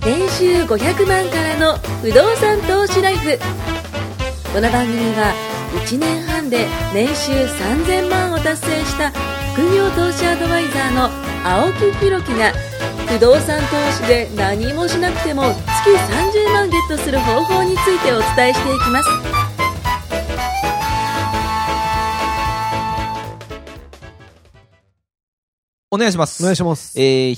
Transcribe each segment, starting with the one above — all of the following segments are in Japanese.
年収500万からの不動産投資ライフ。この番組は1年半で年収3000万を達成した副業投資アドバイザーの青木弘樹が、不動産投資で何もしなくても月30万ゲットする方法についてお伝えしていきます。 お願いします。 お願いします。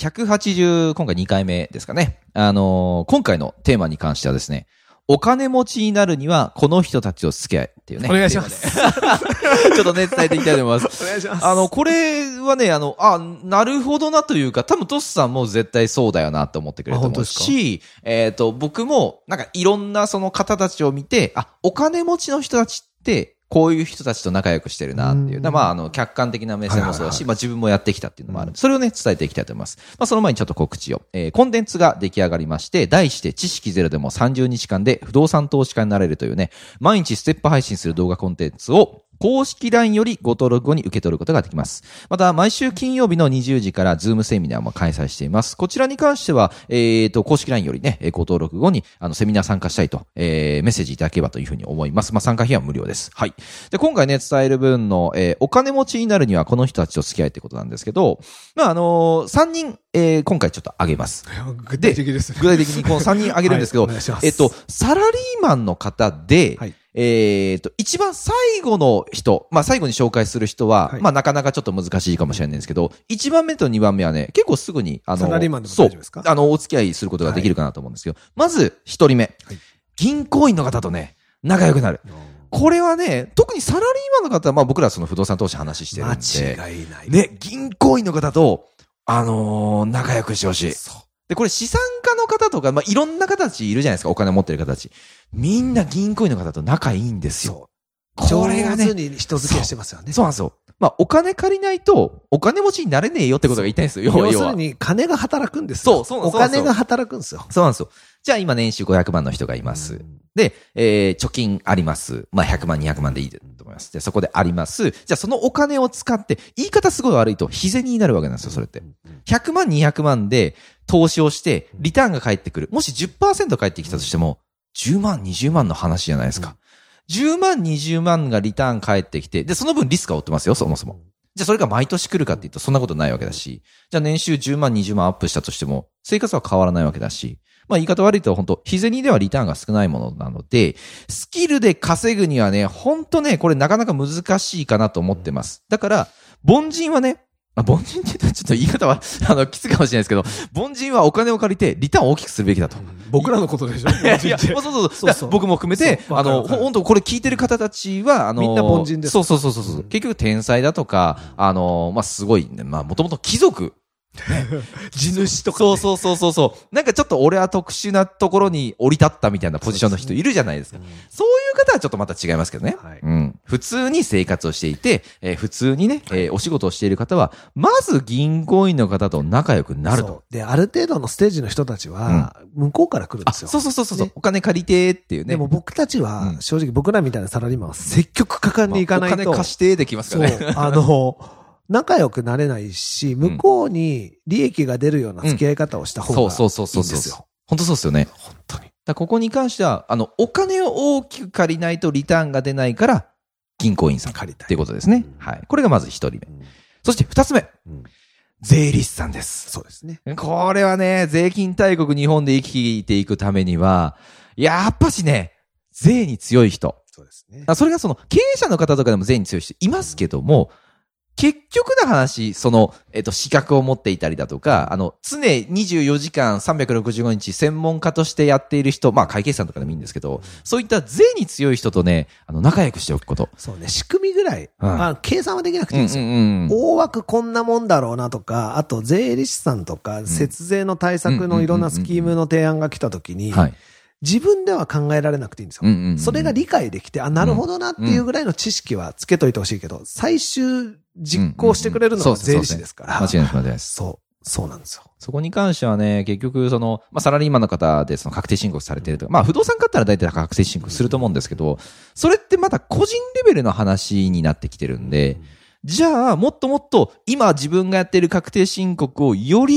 180、今回2回目ですかね。今回のテーマに関してはですね、お金持ちになるにはこの人たちと付き合いっていうね。 お願いします。 ちょっとね、伝えていきたいと思います。 お願いします。 これはね、なるほどなというか、多分トスさんも絶対そうだよなと思ってくれると思うし、僕もなんかいろんなその方たちを見て、お金持ちの人たちって、こういう人たちと仲良くしてるなっていう。客観的な目線もそうだし、自分もやってきたっていうのもある。それをね、伝えていきたいと思います。その前にちょっと告知を。コンテンツが出来上がりまして、題して知識ゼロでも30日間で不動産投資家になれるというね、毎日ステップ配信する動画コンテンツを、公式 LINE よりご登録後に受け取ることができます。また、毎週金曜日の20時からズームセミナーも開催しています。こちらに関しては、公式 LINE よりね、ご登録後に、セミナー参加したいと、メッセージいただければというふうに思います。参加費は無料です。はい。で、今回ね、伝える分の、お金持ちになるにはこの人たちと付き合いってことなんですけど、3人、今回ちょっと挙げます。 具体的ですね。 具体的にこの3人挙げるんですけど、 はい、サラリーマンの方で、はい、一番最後の人、最後に紹介する人は、はい、なかなかちょっと難しいかもしれないんですけど、1番目と2番目はね、結構すぐに、 サラリーマンでも大丈夫ですか？ お付き合いすることができるかなと思うんですけど、はい、まず1人目、はい、銀行員の方とね、仲良くなる。これはね、特にサラリーマンの方は、僕らその不動産投資話してるんで、 間違いない。 ね、銀行員の方と、仲良くしてほしい。で、これ資産家の方とか、いろんな方たちいるじゃないですか、お金持ってる方たち。みんな銀行員の方と仲いいんですよ。 これがね、上手に人付き合いしてますよね。 そうなんですよ。お金借りないと、お金持ちになれねえよってことが言いたいんですよ。 要するに、金が働くんですよ。 そう。 お金が働くんですよ。 そうなんですよ。じゃあ今年収500万の人がいます。で、貯金あります。100万、200万でいいと思います。で、そこであります。じゃあそのお金を使って、言い方すごい悪いと、日銭になるわけなんですよ、それって。100万、200万で投資をして、リターンが返ってくる。もし 10% 返ってきたとしても、10万、20万の話じゃないですか。10万、20万がリターン返ってきて、で、その分リスクは負ってますよ、そもそも。じゃあそれが毎年来るかっていうと、そんなことないわけだし、じゃあ年収10万、20万アップしたとしても、生活は変わらないわけだし、言い方悪いと本当日銭ではリターンが少ないものなので、スキルで稼ぐにはね、本当ね、これなかなか難しいかなと思ってます。だから、凡人はね、凡人って言うとちょっと言い方は、きついかもしれないですけど、凡人はお金を借りてリターンを大きくするべきだと。 僕らのことでしょ？ いや、そう。僕も含めて、本当これ聞いてる方たちは、 みんな凡人です。 そう。結局天才だとか、すごい、もともと貴族。 地主とか、ね。 そう。なんかちょっと俺は特殊なところに降り立ったみたいなポジションの人いるじゃないですか。そういう方はちょっとまた違いますけどね。はい、普通に生活をしていて、普通にね、お仕事をしている方は、まず銀行員の方と仲良くなると。 で、ある程度のステージの人たちは、向こうから来るんですよ。 そう、ね。お金借りてっていうね。 でも僕たちは、正直僕らみたいなサラリーマンは積極果敢に行かないと。 お金貸してできますからね。 仲良くなれないし、向こうに利益が出るような付き合い方をした方がいいんですよ。 本当そうですよね。 本当に。 ここに関しては、お金を大きく借りないとリターンが出ないから、銀行員さん借りたいっていうことですね。はい。これがまず一人目。そして二つ目。税理士さんです。 そうですね。 これはね、税金大国日本で生きていくためには、やっぱしね、税に強い人。 そうですね。 それが経営者の方とかでも税に強い人いますけども、結局の話、資格を持っていたりだとか、常24時間365日専門家としてやっている人、会計士さんとかでもいいんですけど、そういった税に強い人とね、仲良くしておくこと。 そうね、仕組みぐらい。計算はできなくていいんですよ。大枠こんなもんだろうなとか、あと税理士さんとか、節税の対策のいろんなスキームの提案が来た時に、自分では考えられなくていいんですよ。それが理解できて、なるほどなっていうぐらいの知識はつけといてほしいけど、最終実行してくれるのは税理士ですから。 間違いないです。 そうなんですよ。 そこに関してはね、結局サラリーマンの方で確定申告されてるとか、不動産買ったら大体確定申告すると思うんですけど、それってまた個人レベルの話になってきてるんで、じゃあ、もっともっと今自分がやっている確定申告をより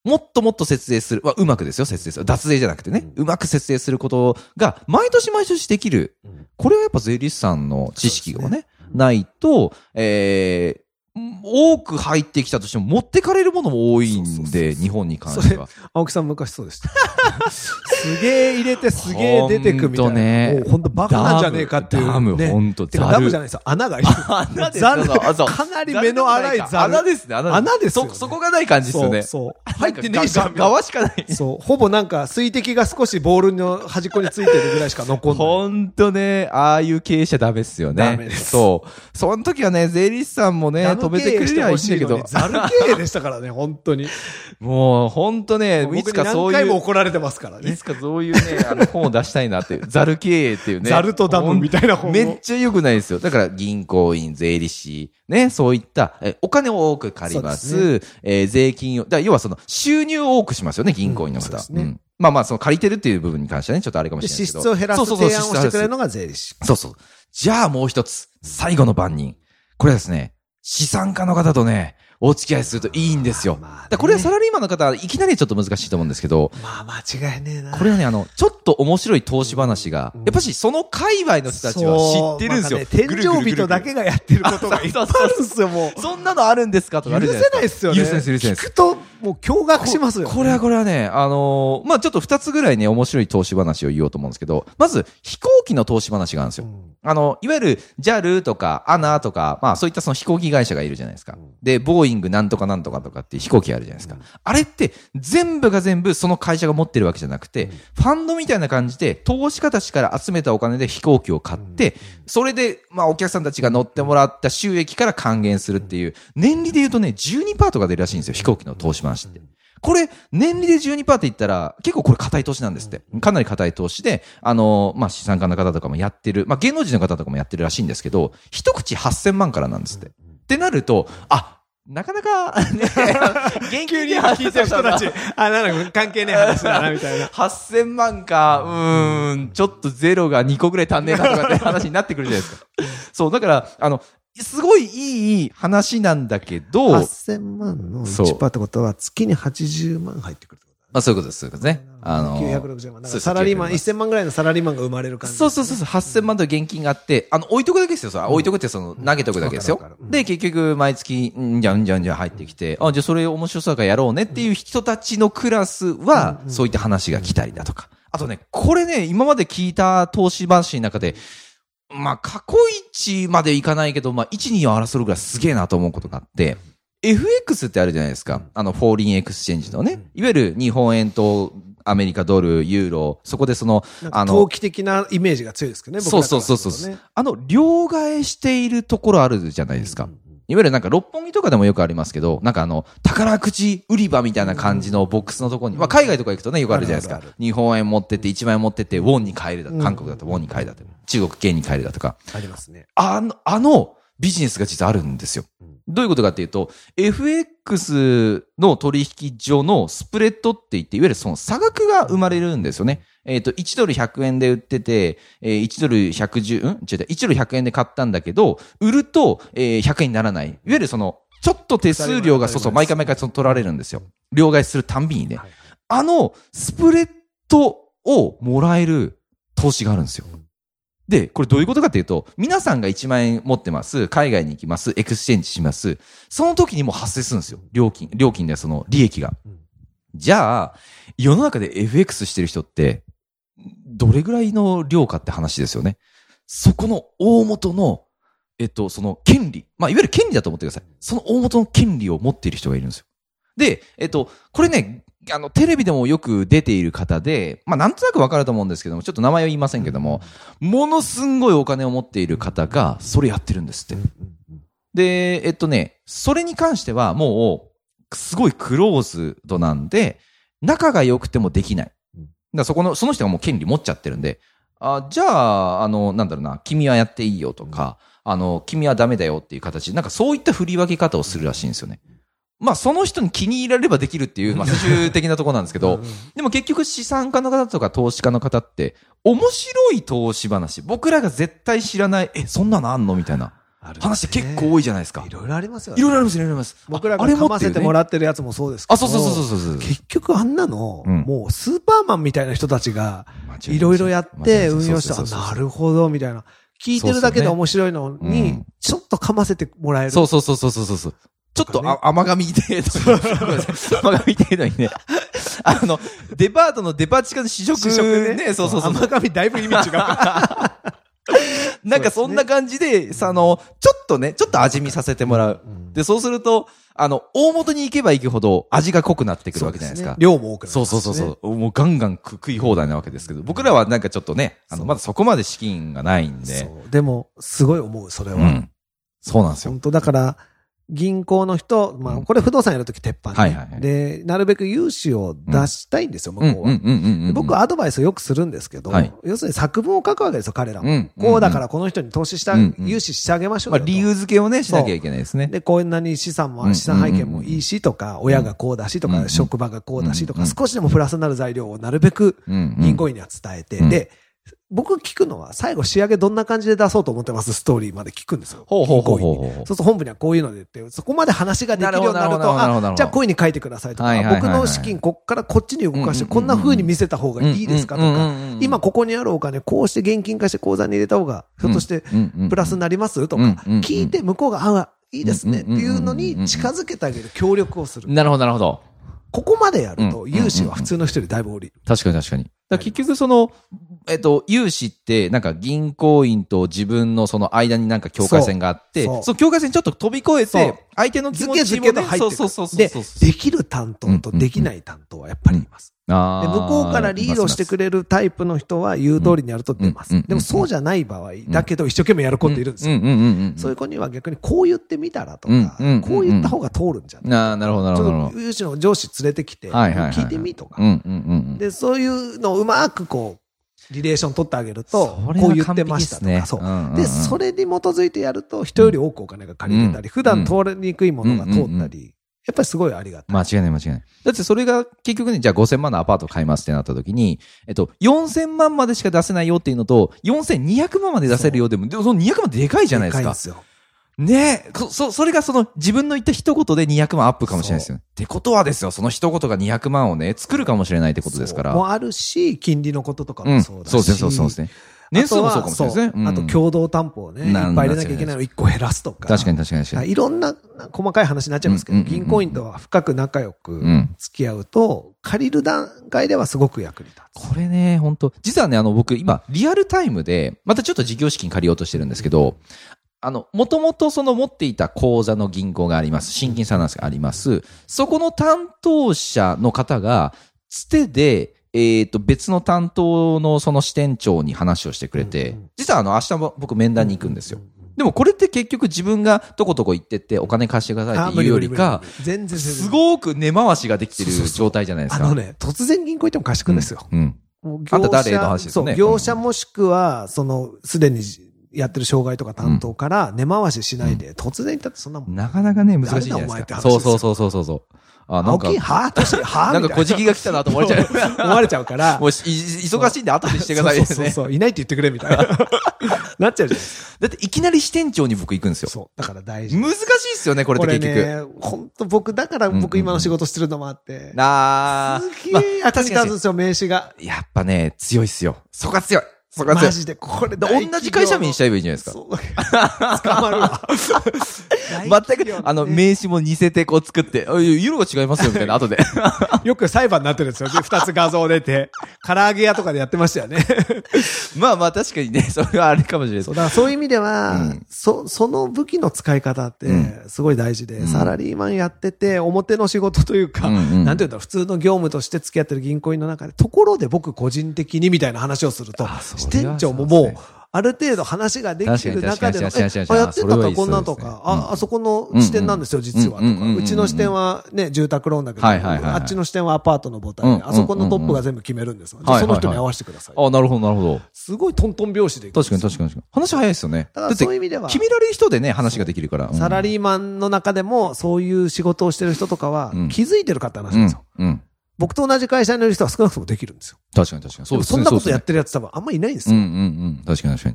もっともっと節税する。うまくですよ、節税する。脱税じゃなくてね。うまく節税することが、毎年毎年できる。これはやっぱ税理士さんの知識がね、ないと、多く入ってきたとしても持ってかれるものも多いんで、日本に関しては。 青木さん昔そうでした。すげえ入れてすげえ出てくみたいな。ね、もう本当バカなんじゃねえかっていう、ね。 ダム、本当ダムじゃないですよ。穴がいる。 穴ですかなり目の粗いザル。 穴ですね、 穴ですよ、ね。 そこがない感じですよね。 そう。入ってねえじゃん。 側しかない。 そう。ほぼなんか水滴が少しボールの端っこについてるぐらいしか残んない。 ほんとね、ああいう経営者ダメっすよね。 ダメです。 そう。その時はね、税理士さんもね、止めてくれりゃいいんだけど。 ザル経営でしたからね、本当に。 もう、本当ね、いつかそういう。 何回も怒られてますからね。 いつかそういうね、本を出したいなっていう。ザル経営っていうね。 ザルとダムみたいな本。 めっちゃ良くないですよ。だから銀行員、税理士、ね、そういった、お金を多く借ります。税金を、要はその収入を多くしますよね、銀行員の方。そうですね。まあまあ、その借りてるっていう部分に関してはね、ちょっとあれかもしれないですけど。 支出を減らす提案をしてくれるのが税理士。 そうそう。じゃあもう一つ、最後の番人。これはですね、資産家の方とね、お付き合いするといいんですよ。これはサラリーマンの方、いきなりちょっと難しいと思うんですけど。 まあ間違いねえな。 これはね、ちょっと面白い投資話が、やっぱしその界隈の人たちは知ってるんですよ。 天井人だけがやってることがいっぱいあるんですよ、もう。 そんなのあるんですかとかあるじゃないですか。 許せないですよね。 許せないです。 聞くと、もう驚愕しますよね。 これはね、まあちょっと二つぐらいね、面白い投資話を言おうと思うんですけど、まず、飛行機の投資話があるんですよ。いわゆる JAL とか ANA とか、まあそういったその飛行機会社がいるじゃないですか。で、ボーイングなんとかなんとかとかっていう飛行機あるじゃないですか。あれって全部が全部その会社が持ってるわけじゃなくて、ファンドみたいな感じで投資家たちから集めたお金で飛行機を買って、それでまあお客さんたちが乗ってもらった収益から還元するっていう、年利で言うとね、12% とか出るらしいんですよ、飛行機の投資話って。これ、年利で 12% って言ったら、結構これ硬い投資なんですって。かなり硬い投資で、まあ、資産家の方とかもやってる、まあ、芸能人の方とかもやってるらしいんですけど、一口8000万からなんですって。ってなると、なかなか、ね、 元気に聞いてる人たち、なんか関係ねえ話だな、みたいな。 8000万か、ちょっとゼロが2個ぐらい足んねえなとかって話になってくるじゃないですか。そう、だから、すごいいい話なんだけど、 8000万の 1% ってことは月に80万入ってくるってことだね。 まあそういうことです、そういうことですね。 960万。だからサラリーマン、1000万ぐらいのサラリーマンが生まれる感じ。 そう。8000万という現金があって、置いとくだけですよ、置いとくって投げとくだけですよ。で、結局毎月、じゃん入ってきて、じゃあそれ面白そうからやろうねっていう人たちのクラスは、そういった話が来たりだとか。あとね、これね、今まで聞いた投資話の中で、まあ、過去一までいかないけど、まあ、1、2を争うぐらいすげえなと思うことがあって、FX ってあるじゃないですか。フォーリンエクスチェンジのね。いわゆる日本円とアメリカドル、ユーロ、そこで投機的なイメージが強いですけどね、僕らからするとね。 そう。両替しているところあるじゃないですか。いわゆるなんか六本木とかでもよくありますけど、なんか宝くじ売り場みたいな感じのボックスのところに、まあ海外とか行くとね、よくあるじゃないですか。日本円持ってって1万円持ってって、ウォンに変えるだとか、韓国だとウォンに変えるだとか、中国元に変えるだとか。 ありますね。 ビジネスが実はあるんですよ。どういうことかっていうと、FX の取引所のスプレッドって言って、いわゆるその差額が生まれるんですよね。1ドル100円で売ってて、1ドル100円で買ったんだけど、売ると、100円にならない。いわゆるちょっと手数料が毎回取られるんですよ。両替するたんびにね。スプレッドをもらえる投資があるんですよ。で、これどういうことかっていうと、皆さんが1万円持ってます、海外に行きます、エクスチェンジします。その時にも発生するんですよ。料金でその利益が。じゃあ、世の中で FX してる人って、どれぐらいの量かって話ですよね。そこの大元の、その権利。まあ、いわゆる権利だと思ってください。その大元の権利を持っている人がいるんですよ。で、これね、テレビでもよく出ている方で、まあ、なんとなくわかると思うんですけども、ちょっと名前は言いませんけども、ものすんごいお金を持っている方が、それやってるんですって。で、それに関してはもう、すごいクローズドなんで、仲が良くてもできない。だからその人がもう権利持っちゃってるんで、じゃあ、なんだろうな、君はやっていいよとか、君はダメだよっていう形で、なんかそういった振り分け方をするらしいんですよね。まあその人に気に入られればできるっていう、まあ最終的なところなんですけど、でも結局資産家の方とか投資家の方って、面白い投資話、僕らが絶対知らない、そんなのあんのみたいな。 話って結構多いじゃないですか。 いろいろありますよね。 いろいろあります、いろいろあります。 僕らがかませてもらってるやつもそうですけど。 そう。 結局あんなの、もうスーパーマンみたいな人たちが、いろいろやって運用したら、なるほど、みたいな。聞いてるだけで面白いのに、ちょっとかませてもらえる。 そう。ちょっと甘噛み程度に。甘噛み程度にね。デパートのデパ地下の試食ね。そう。 甘噛みだいぶ意味違う。 なんかそんな感じで、ちょっと味見させてもらう。で、そうすると、大元に行けば行くほど味が濃くなってくるわけじゃないですか。 量も多くなる。 そう。もうガンガン食い放題なわけですけど、僕らはなんかちょっとね、まだそこまで資金がないんで。 でも、すごい思う、それは。 そうなんですよ。 本当だから、銀行の人、これ不動産やるとき鉄板ね。で、なるべく融資を出したいんですよ、向こうは。僕はアドバイスをよくするんですけど、要するに作文を書くわけですよ、彼らも。こうだからこの人に投資した、融資してあげましょうよ。 理由付けをね、しなきゃいけないですね。 で、こんなに資産背景もいいしとか、親がこうだしとか、職場がこうだしとか、少しでもプラスになる材料をなるべく銀行員には伝えて、で、僕聞くのは最後仕上げどんな感じで出そうと思ってますストーリーまで聞くんですよ。そうすると本部にはこういうので言って、そこまで話ができるようになると、じゃあこういうに書いてくださいとか、僕の資金こっからこっちに動かしてこんな風に見せた方がいいですかとか、今ここにあるお金こうして現金化して口座に入れた方がひょっとしてプラスになりますとか、聞いて向こうが、いいですねっていうのに近づけてあげる協力をする。 なるほど。 ここまでやると融資は普通の人よりだいぶ降りる。 確かに。結局融資って、なんか銀行員と自分のその間になんか境界線があって、その境界線ちょっと飛び越えて、相手の気持ちもね、 で、できる担当とできない担当はやっぱりいます。で、向こうからリードしてくれるタイプの人は言う通りにやると出ます。でもそうじゃない場合、だけど一生懸命やる子っているんですよ。そういう子には逆にこう言ってみたらとか、こう言った方が通るんじゃないか。 なるほど。 ちょっと融資の上司連れてきて、聞いてみとか。で、そういうのをうまくリレーション取ってあげると、こう言ってましたとか、そう。で、それに基づいてやると、人より多くお金が借りれたり、普段通りにくいものが通ったり、やっぱりすごいありがたい。 間違いない。だってそれが結局ね、じゃあ5000万のアパート買いますってなった時に、4000万までしか出せないよっていうのと、4200万まで出せるよでも、その200万でかいじゃないですか。でかいですよ。ねえ、それが自分の言った一言で200万アップかもしれないですよ。ってことはですよ、その一言が200万をね、作るかもしれないってことですから。 もあるし、金利のこととかもそうだし。 そうですね。年数もそうかもしれないですね。 あと共同担保をね、いっぱい入れなきゃいけないのを1個減らすとか。 確かに。 いろんな細かい話になっちゃいますけど、銀行員とは深く仲良く付き合うと、借りる段階ではすごく役に立つ。 これね、本当実はね、僕今、リアルタイムで、またちょっと事業資金借りようとしてるんですけど、もともと持っていた口座の銀行があります。新金さんなんですがあります。そこの担当者の方が、つてで、別の担当のその支店長に話をしてくれて、実は明日も僕面談に行くんですよ。でもこれって結局自分がとことこ行ってってお金貸してくださいっていうよりか、すごく根回しができてる状態じゃないですか。 突然銀行行っても貸してくるんですよ。 あんた誰の話ですよね。 業者もしくは、すでに、やってる障害とか担当から根回ししないで、突然言ったってそんなもん。 なかなかね、難しいじゃないですか。そう。 なんか、 なんか小じきが来たなと思われちゃうから。 もう忙しいんで後でしてくださいね。 そう。いないって言ってくれみたいな。なっちゃうじゃないですか。 だっていきなり支店長に僕行くんですよ。 そう。だから大事。 難しいっすよね、これって結局。 本当僕今の仕事してるのもあって。すげえ役に立つんですよ、名刺が。 やっぱね、強いっすよ。そこが強い。 マジで、これ同じ会社名にしちゃえばいいじゃないですか。 捕まるわ。 全く、名刺も似せて作って、色が違いますよ、みたいな、後で。 よく裁判になってるんですよ。二つ画像出て。唐揚げ屋とかでやってましたよね。 まあ確かにね、それはあれかもしれない。 だからそういう意味では、その武器の使い方って、すごい大事で、サラリーマンやってて、表の仕事というか、なんていうんだろう、普通の業務として付き合ってる銀行員の中で、ところで僕個人的にみたいな話をすると、支店長ももう、ある程度話ができてる中での、やってたかこんなんとか、あそこの支店なんですよ、実はとか。うちの支店はね、住宅ローンだけど、あっちの支店はアパートの母体で、あそこのトップが全部決めるんですよ。じゃあその人に合わせてください。 あ、なるほど。 すごいトントン拍子で。 確かに。話早いですよね。 だからそういう意味では。 決められる人でね、話ができるから。 サラリーマンの中でも、そういう仕事をしてる人とかは、気づいてるかって話なんですよ。僕と同じ会社にいる人は少なくともできるんですよ。 確かに。 そんなことやってるやつ多分あんまりいないんですよ。 確かに。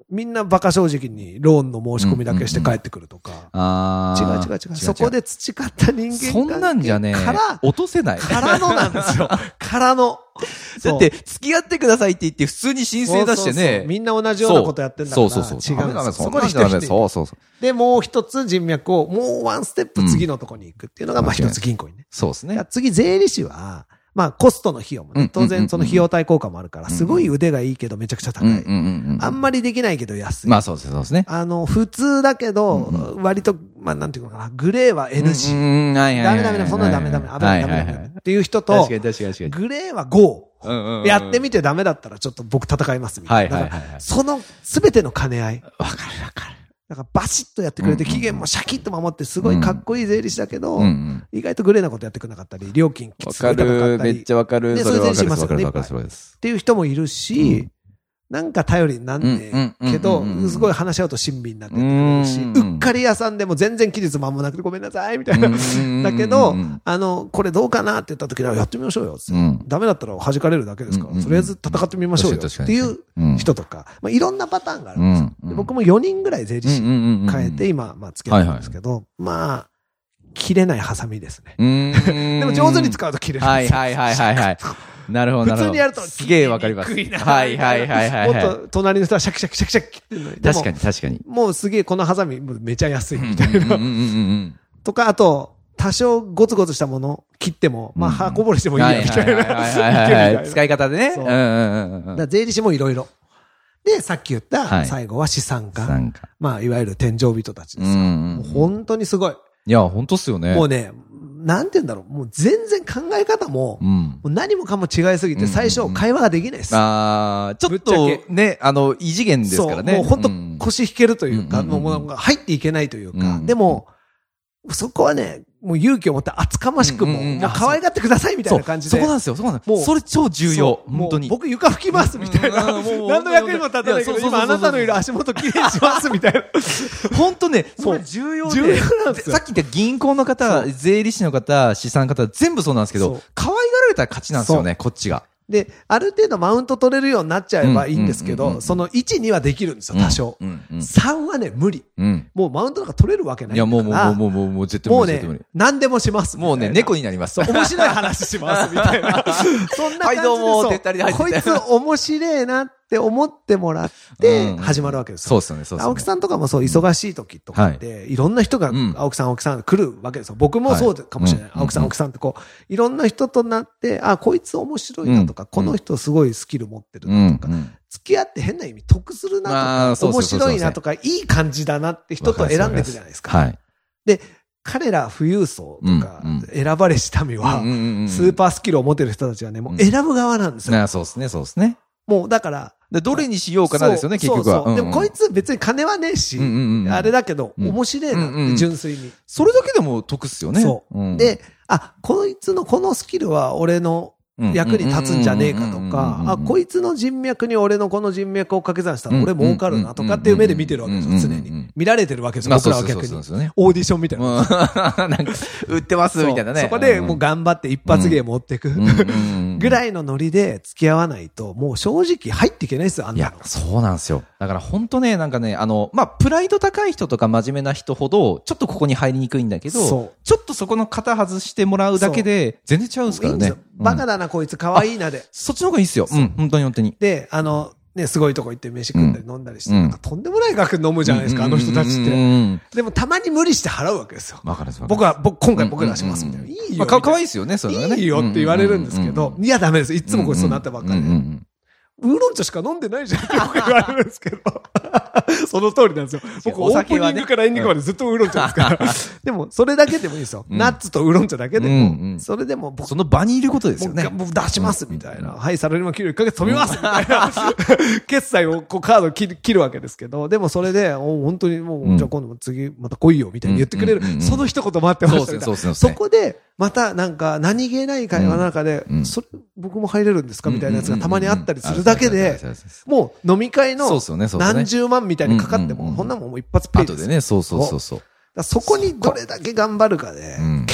みんなバカ正直にローンの申し込みだけして帰ってくるとか。違う。そこで培った人間関係そんなんじゃね、落とせない。 からのなんですよ。からの。 だって、付き合ってくださいって言って普通に申請出してね。 みんな同じようなことやってんだから。 そう。 違うんですよ。 そこで一人そう。 で、もう一つ人脈を、もうワンステップ次のとこに行くっていうのが、まあ一つ銀行にね。 そうですね。 次、税理士は、まあ、コストの費用もね、当然その費用対効果もあるから、すごい腕がいいけどめちゃくちゃ高い。あんまりできないけど安い。 まあそうですね。 普通だけど、割と、まあなんていうのかな、グレーは NG。ダメ、そんなダメ、ダメっていう人と、グレーは GO。やってみてダメだったらちょっと僕戦いますみたいな。その全ての兼ね合い。 わかる。 だからバシッとやってくれて期限もシャキッと守ってすごいかっこいい税理士だけど、意外とグレーなことやってくれなかったり、料金きつく高かったり。 めっちゃわかる。 それ税理士いますよね。っていう人もいるし、なんか頼りになんねえけど、すごい話し合うと親身になってくれるし、うっかり屋さんでも全然期日間もなくてごめんなさい、みたいな。だけど、これどうかなって言った時にはやってみましょうよ。ダメだったら弾かれるだけですから、とりあえず戦ってみましょうよ。っていう人とか、まあいろんなパターンがあるんですよ。僕も4人ぐらい税理士変えて今、まあつけてるんですけど、まあ、切れないハサミですね。でも上手に使うと切れるんですよ。 はい。なるほど。 普通にやるとすげえわかります。はい。 もっと隣の人はシャキシャキ切ってるのに。 確かに。 もうすげえこのハサミめちゃ安いみたいな。とか、あと、多少ゴツゴツしたもの切っても、まあ、刃こぼれしてもいいや、みたいな。 使い方でね。 税理士もいろいろ。で、さっき言った最後は資産家。まあ、いわゆる天井人たちですよ。本当にすごい。 いや、本当っすよね。 もうね、なんて言うんだろう。もう全然考え方も、もう何もかも違いすぎて、最初会話ができないです。 ちょっとね、異次元ですからね。 もう本当腰引けるというか、もう入っていけないというか、でも、そこはね、もう勇気を持って厚かましくも、もう可愛がってくださいみたいな感じで。 そこなんですよ。もうそれ超重要。本当に。 僕床拭きますみたいな。何の役にも立たないけど、今あなたのいる足元きれいにしますみたいな。 本当ね、それ重要で。さっき言った銀行の方、税理士の方、資産方、全部そうなんですけど、可愛がられたら勝ちなんですよね、こっちが。 で、ある程度マウント取れるようになっちゃえばいいんですけど、その1、2はできるんですよ、多少。3はね、無理。もうマウントなんか取れるわけないから。いや、 もう絶対無理。 もうね、何でもします。 もうね、猫になります。 面白い話します、みたいな。そんな感じで。はい、どうも、手ったりで入ってこいつ面白いなって思ってもらって、始まるわけですよ。 そうですよね、 青木さんとかもそう、忙しい時とかって、いろんな人が、青木さん来るわけですよ。僕もそうかもしれない。青木さんってこう、いろんな人となって、あ、こいつ面白いなとか、この人すごいスキル持ってるなとか、付き合って変な意味得するなとか、面白いなとか、いい感じだなって人と選んでいくじゃないですか。で、彼ら富裕層とか、選ばれし民は、スーパースキルを持ってる人たちはね、もう選ぶ側なんですよ。 そうですね。 もうだから、 どれにしようかなですよね、結局は。 でもこいつ別に金はねえし、あれだけど、面白いなって純粋に。 それだけでも得っすよね。 そう。で、こいつのこのスキルは俺の役に立つんじゃねえかとか、こいつの人脈に俺のこの人脈を掛け算したら俺儲かるなとかっていう目で見てるわけですよ、常に。見られてるわけですよ、僕らは逆に。オーディションみたいな。 なんか、売ってますみたいなね。 そこでもう頑張って一発芸持ってくぐらいのノリで付き合わないと、もう正直入っていけないですよ、あんなの。いや、 そうなんですよ。だから本当ね、なんかね、まあ、プライド高い人とか真面目な人ほど、ちょっとここに入りにくいんだけど、ちょっとそこの型外してもらうだけで、全然違うんですからね。 バカだな、こいつ、可愛いなで。 そっちの方がいいっすよ。本当に。 で、ね、すごいとこ行って飯食ったり飲んだりして、なんかとんでもない額飲むじゃないですか、あの人たちって。でもたまに無理して払うわけですよ。今回僕出しますみたいな。いいよ。 可愛いっすよね、それはね。 いいよって言われるんですけど、いやダメです。いつもごちそうになったばっかりで。ウーロン茶しか飲んでないじゃんって僕言われるんですけど。その通りなんですよ。僕、オープニングからエンディングまでずっとウーロン茶ですから。でも、それだけでもいいですよ。ナッツとウーロン茶だけでも、それでもその場にいることですよね。 もう出しますみたいな。はい、サラリーマン給料1ヶ月飛びますみたいな。決済を、カードを切るわけですけど、でもそれで、本当にもう、じゃあ今度も次また来いよみたいに言ってくれる。その一言待ってました。そこで、またなんか何気ない会話の中で、それ僕も入れるんですかみたいなやつがたまにあったりするだけで、もう飲み会の何十万みたいにかかっても、こんなもんもう一発ペイです。 後でね、そう。 そこにどれだけ頑張るかで、結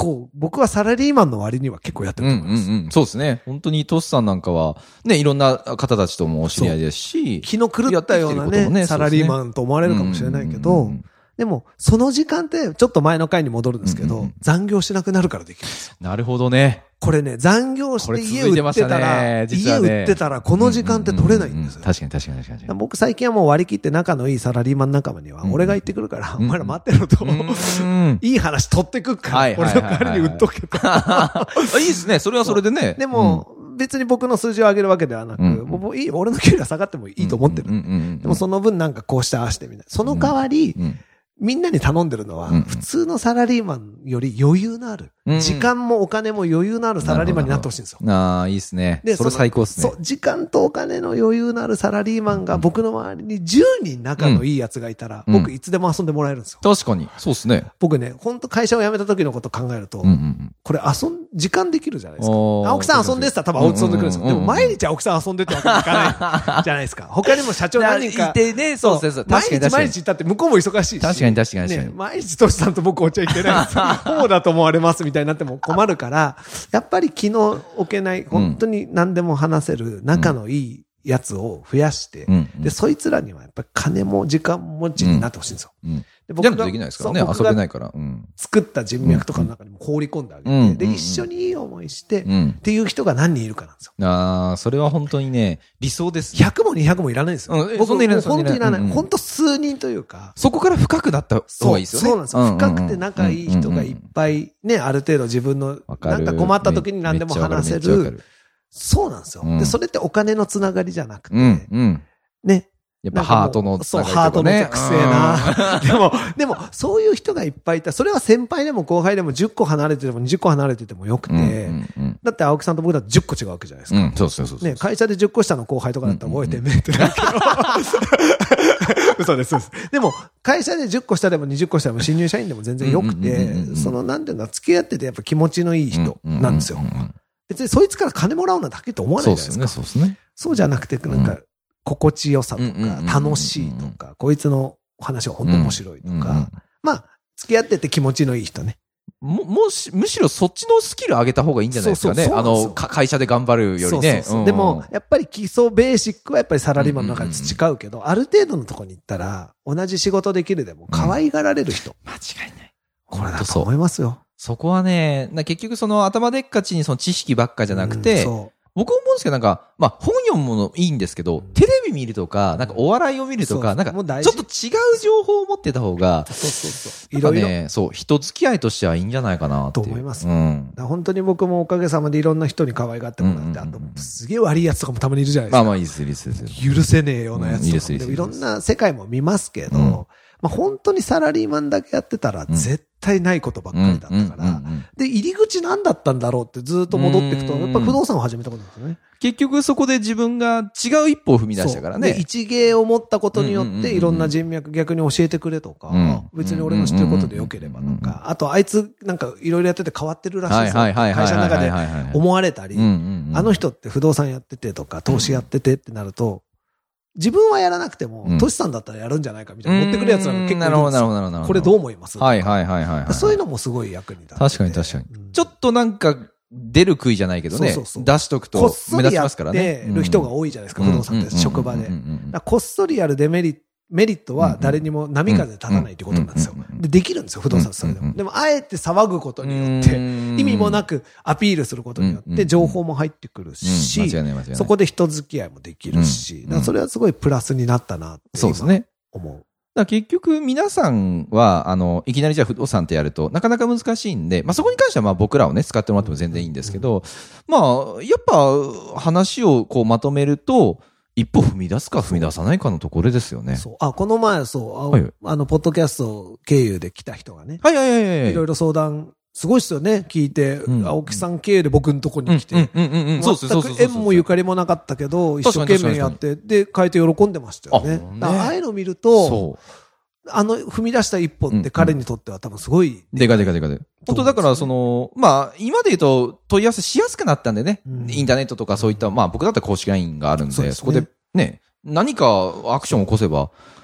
構、僕はサラリーマンの割には結構やってると思います。 そうですね。本当にトスさんなんかは、ね、いろんな方たちともお知り合いですし、 気の狂ったようなね、サラリーマンと思われるかもしれないけど、でも、その時間って、ちょっと前の回に戻るんですけど、残業しなくなるからできるんですよ。 なるほどね。 これね、残業して家売ってたら、家売ってたら、この時間って取れないんですよ。 確かに。 僕最近はもう割り切って仲のいいサラリーマン仲間には、俺が行ってくるから、お前ら待ってろと、いい話取ってくっから、俺の代わりに売っとけと。 いいですね。それはそれでね。 でも、別に僕の数字を上げるわけではなく、俺の給料が下がってもいいと思ってる。でもその分なんかこうしてああしてみたいな。その代わり、みんなに頼んでるのは、普通のサラリーマンより余裕のある、時間もお金も余裕のあるサラリーマンになってほしいんですよ。 ああ、いいですね。それ最高ですね。 そう、時間とお金の余裕のあるサラリーマンが僕の周りに10人仲のいいやつがいたら、僕いつでも遊んでもらえるんですよ。 確かに。そうですね。 僕ね、本当会社を辞めた時のこと考えると、これ時間できるじゃないですか。青木さん遊んでって言ったら多分遊んでくるんですよ。でも毎日青木さん遊んでってわけにいかないじゃないですか。他にも社長何人か。 いてね、そう。 毎日行ったって向こうも忙しいし。 確かに。 毎日トシさんと僕お茶行ってないです。こうだと思われますみたいになっても困るから、やっぱり気の置けない、本当に何でも話せる仲のいいやつを増やして、で、そいつらにはやっぱり金も時間持ちになってほしいんですよ。 で僕ができないですからね、遊べないから。 作った人脈とかの中にも放り込んであげて、で、一緒にいい思いして、っていう人が何人いるかなんですよ。 ああ、それは本当にね、理想ですね。 100も200もいらないんですよ。僕本当にいらない。本当数人というか。 そこから深くなった方がいいですよね。 そうなんですよ。深くて仲いい人がいっぱいね、ある程度自分の、なんか困った時に何でも話せる。そうなんですよ。で、それってお金のつながりじゃなくて、ね。 やっぱハートのつながりとかね。そう、ハートのくせえな。でも、そういう人がいっぱいいた。それは先輩でも後輩でも10個離れてても20個離れててもよくて、だって青木さんと僕だと10個違うわけじゃないですか。 そう。 ね、会社で10個下の後輩とかだったら覚えてめえってなるけど。嘘です。でも、会社で10個下でも20個下でも新入社員でも全然よくて、なんていうんだ、付き合っててやっぱ気持ちのいい人なんですよ。別にそいつから金もらうのだけと思わないじゃないですか。 そうですね。 そうじゃなくて、なんか、心地よさとか、楽しいとか、こいつの話は本当面白いとか、まあ、付き合ってて気持ちのいい人ね。 むしろそっちのスキル上げた方がいいんじゃないですかね。会社で頑張るよりね。 でも、やっぱり基礎ベーシックはやっぱりサラリーマンの中で培うけど、ある程度のとこに行ったら、同じ仕事できるでも可愛がられる人。 間違いない。 これだと思いますよ。 そこはね、結局その頭でっかちにその知識ばっかじゃなくて、僕思うんですけどまあ本読むものいいんですけど、テレビ見るとか、お笑いを見るとか、ちょっと違う情報を持ってた方が、いろいろ。そう、人付き合いとしてはいいんじゃないかなと思います。本当に僕もおかげさまでいろんな人に可愛がってもらって、あと、すげえ悪いやつとかもたまにいるじゃないですか。 まあいいです。 許せねえようなやつとか。いろんな世界も見ますけど、本当にサラリーマンだけやってたら、絶対ないことばっかりだったから、で、入り口何だったんだろうってずっと戻っていくと、やっぱ不動産を始めたことですよね。 結局そこで自分が違う一歩を踏み出したからね。 一芸を持ったことによっていろんな人脈逆に教えてくれとか、別に俺の知ってることでよければとか、あとあいつなんかいろいろやってて変わってるらしいですよ。会社の中で思われたり、あの人って不動産やっててとか投資やっててってなると、自分はやらなくても、トシさんだったらやるんじゃないかみたいな持ってくるやつらが結構いるんですよ。なるほど。これどう思います？ はい。 そういうのもすごい役に立つ。 確かに。ちょっとなんか、出る杭じゃないけどね。出しとくと目立ちますからね。 こっそりやってる人が多いじゃないですか、不動産って職場で。こっそりやるメリットは誰にも波風立たないってことなんですよ。できるんですよ、不動産それでも。でも、あえて騒ぐことによって、意味もなくアピールすることによって、情報も入ってくるし、そこで人付き合いもできるし、それはすごいプラスになったなって思う。 結局皆さんは、いきなりじゃあ不動産ってやるとなかなか難しいんで、そこに関しては僕らをね、使ってもらっても全然いいんですけど、やっぱ話をこうまとめると、一歩踏み出すか踏み出さないかのところですよね。 この前ポッドキャスト経由で来た人がね。いろいろ相談、すごいですよね。聞いて、青木さん経由で僕のとこに来て。全く縁もゆかりもなかったけど、一生懸命やって、で、変えて喜んでましたよね。ああいうのを見ると、踏み出した一歩って彼にとっては多分すごい。 でか。本当だから、今で言うと問い合わせしやすくなったんでね。インターネットとかそういった、僕だったら公式 LINE があるんで、そこでね、何かアクションを起こせば、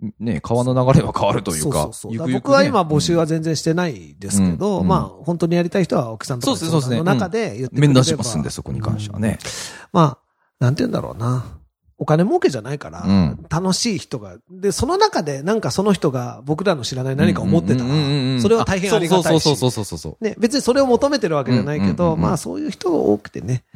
ね、川の流れは変わるというか。 そう僕は今募集は全然してないですけど、まあ、本当にやりたい人は奥さんとかの中で言ってくれれば。 面談しますんで、そこに関してはね。 まあ、なんて言うんだろうな。お金儲けじゃないから、楽しい人が、で、その中でなんかその人が僕らの知らない何かを持ってたら、それは大変ありがたいし。ね、別にそれを求めてるわけじゃないけど、まあそういう人が多くてね、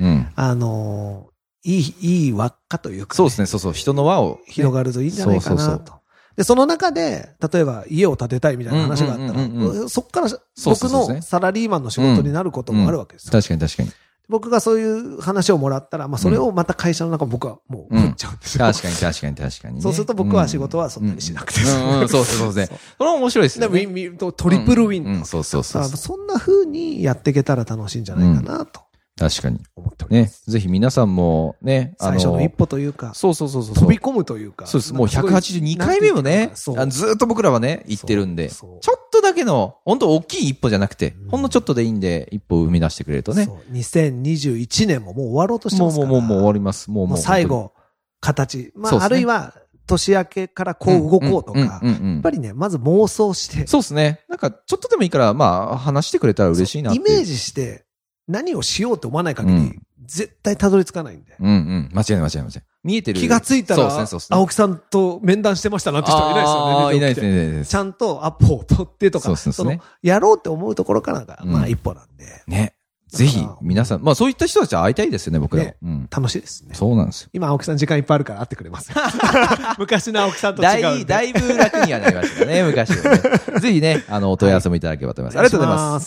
いい輪っかというか、 そうですね、人の輪を。 広がるといいんじゃないかなと。で、その中で、例えば家を建てたいみたいな話があったら、そっから僕のサラリーマンの仕事になることもあるわけですよ。 確かに。 僕がそういう話をもらったら、まあそれをまた会社の中僕はもう振っちゃうんですよ。 確かに。 そうすると僕は仕事はそんなにしなくて。 そうですね。それは面白いですね。 トリプルウィン。 そう。 そんな風にやっていけたら楽しいんじゃないかなと。 確かに。思っております。ね。ぜひ皆さんもね、 最初の一歩というか。 そう。 飛び込むというか。 そうです。もう182回目をね、ずっと僕らはね、言ってるんで、ちょっとだけの、本当大きい一歩じゃなくて、ほんのちょっとでいいんで、一歩を生み出してくれるとね。 2021年ももう終わろうとしてますから。 もう終わります。もう最後、形。まあ、あるいは、年明けからこう動こうとか、やっぱりね、まず妄想して。 そうですね。なんか、ちょっとでもいいから、まあ、話してくれたら嬉しいなって。 イメージして、何をしようと思わない限り、絶対たどり着かないんで。 間違いない。見えてる。 気がついたら、青木さんと面談してましたなんて人はいないですよね。 いないですね。 ちゃんとアポを取ってとか、やろうって思うところからが、まあ一歩なんで。 ね。ぜひ、皆さん、まあそういった人たちは会いたいですよね、僕ら。 楽しいですね。 そうなんですよ。 今、青木さん時間いっぱいあるから会ってくれます。昔の青木さんと違う。 だいぶ楽にはなりましたね、昔はね。ぜひね、お問い合わせもいただければと思います。ありがとうございます。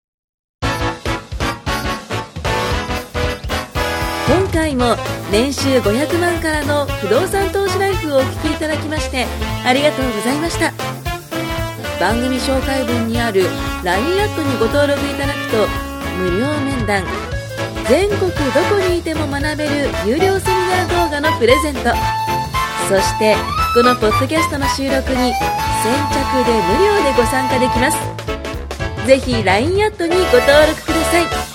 今回も年収500万からの不動産投資ライフをお聞きいただきましてありがとうございました。番組紹介文にある LINE アットにご登録いただくと無料面談、全国どこにいても学べる有料セミナー動画のプレゼント、そしてこのポッドキャストの収録に先着で無料でご参加できます。ぜひ LINE アットにご登録ください。